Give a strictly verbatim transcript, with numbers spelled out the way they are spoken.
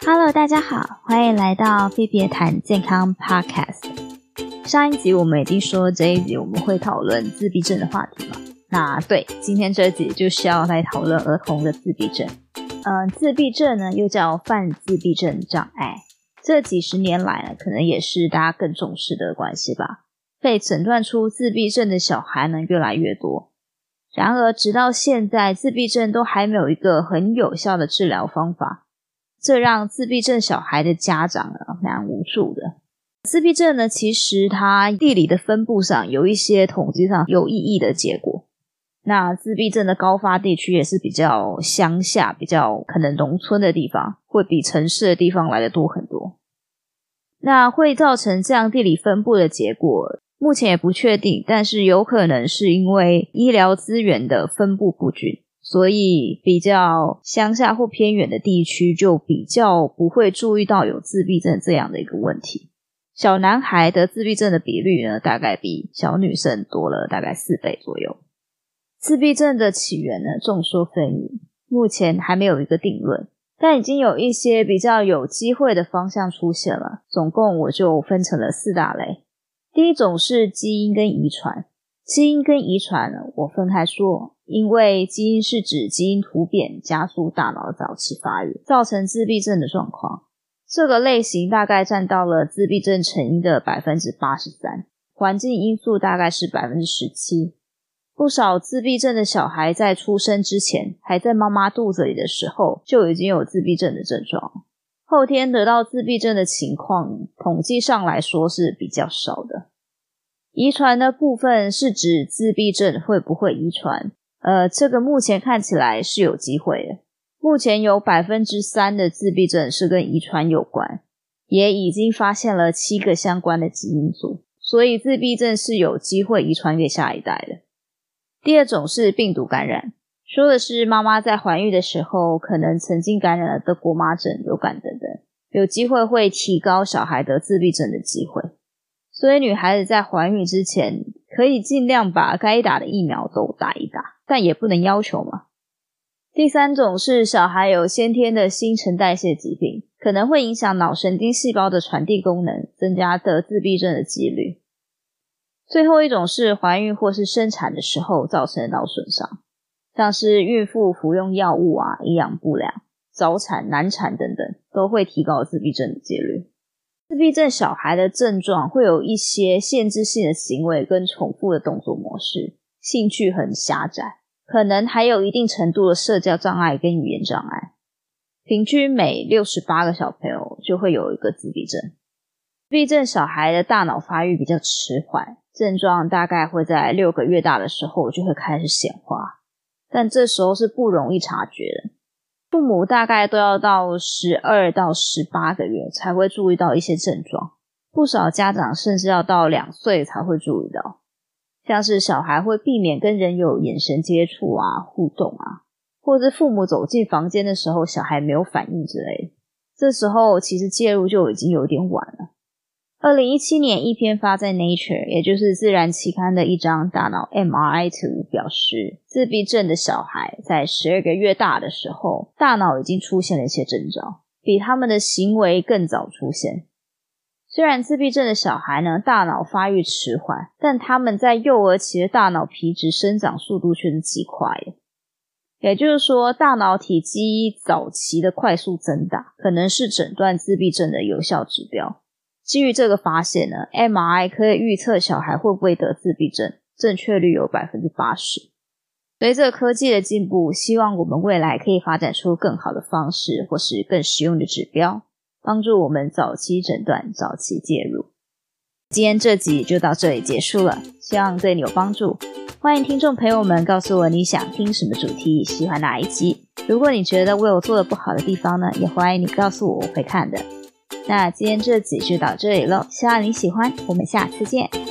Hello， 大家好，欢迎来到菲比谈健康 Podcast。上一集我们已经说这一集我们会讨论自闭症的话题嘛？那对，今天这集就是要来讨论儿童的自闭症。嗯，自闭症呢又叫泛自闭症障碍，这几十年来呢，可能也是大家更重视的关系吧。被诊断出自闭症的小孩呢越来越多。然而直到现在，自闭症都还没有一个很有效的治疗方法。这让自闭症小孩的家长呢蛮无助的。自闭症呢，其实它地理的分布上有一些统计上有意义的结果。那自闭症的高发地区也是比较乡下，比较可能农村的地方，会比城市的地方来的多很多。那会造成这样地理分布的结果，目前也不确定，但是有可能是因为医疗资源的分布不均。所以比较乡下或偏远的地区就比较不会注意到有自闭症这样的一个问题。小男孩得自闭症的比率呢，大概比小女生多了大概四倍左右。自闭症的起源呢，众说纷纭，目前还没有一个定论，但已经有一些比较有机会的方向出现了。总共我就分成了四大类。第一种是基因跟遗传。基因跟遗传呢，我分开说，因为基因是指基因突变加速大脑的早期发育，造成自闭症的状况。这个类型大概占到了自闭症成因的 百分之八十三， 环境因素大概是 百分之十七。 不少自闭症的小孩在出生之前，还在妈妈肚子里的时候就已经有自闭症的症状，后天得到自闭症的情况统计上来说是比较少的。遗传的部分是指自闭症会不会遗传，呃，这个目前看起来是有机会的。目前有 百分之三 的自闭症是跟遗传有关，也已经发现了七个相关的基因组，所以自闭症是有机会遗传给下一代的。第二种是病毒感染，说的是妈妈在怀孕的时候可能曾经感染了德国麻疹、流感等等，有机会会提高小孩得自闭症的机会。所以女孩子在怀孕之前可以尽量把该打的疫苗都打一打，但也不能要求嘛。第三种是小孩有先天的新陈代谢疾病，可能会影响脑神经细胞的传递功能，增加得自闭症的几率。最后一种是怀孕或是生产的时候造成的脑损伤，像是孕妇服用药物啊、营养不良、早产、难产等等，都会提高自闭症的几率。自闭症小孩的症状会有一些限制性的行为跟重复的动作模式，兴趣很狭窄，可能还有一定程度的社交障碍跟语言障碍。平均每六十八个小朋友就会有一个自闭症。自闭症小孩的大脑发育比较迟缓，症状大概会在六个月大的时候就会开始显化，但这时候是不容易察觉的。父母大概都要到十二到十八个月才会注意到一些症状，不少家长甚至要到两岁才会注意到。像是小孩会避免跟人有眼神接触啊、互动啊，或者父母走进房间的时候小孩没有反应之类的，这时候其实介入就已经有点晚了。二零一七年一篇发在 Nature， 也就是自然期刊的一张大脑 M R I 图表示，自闭症的小孩在十二个月大的时候，大脑已经出现了一些征兆，比他们的行为更早出现。虽然自闭症的小孩呢，大脑发育迟缓，但他们在幼儿期的大脑皮质生长速度却是极快的。也就是说，大脑体积早期的快速增大，可能是诊断自闭症的有效指标。基于这个发现呢 ，M R I 可以预测小孩会不会得自闭症，正确率有 百分之八十。随着科技的进步，希望我们未来可以发展出更好的方式或是更实用的指标，帮助我们早期诊断、早期介入。今天这集就到这里结束了，希望对你有帮助。欢迎听众朋友们告诉我你想听什么主题，喜欢哪一集。如果你觉得我有做的不好的地方呢，也欢迎你告诉我，我会看的。那今天这集就到这里咯，希望你喜欢，我们下次见。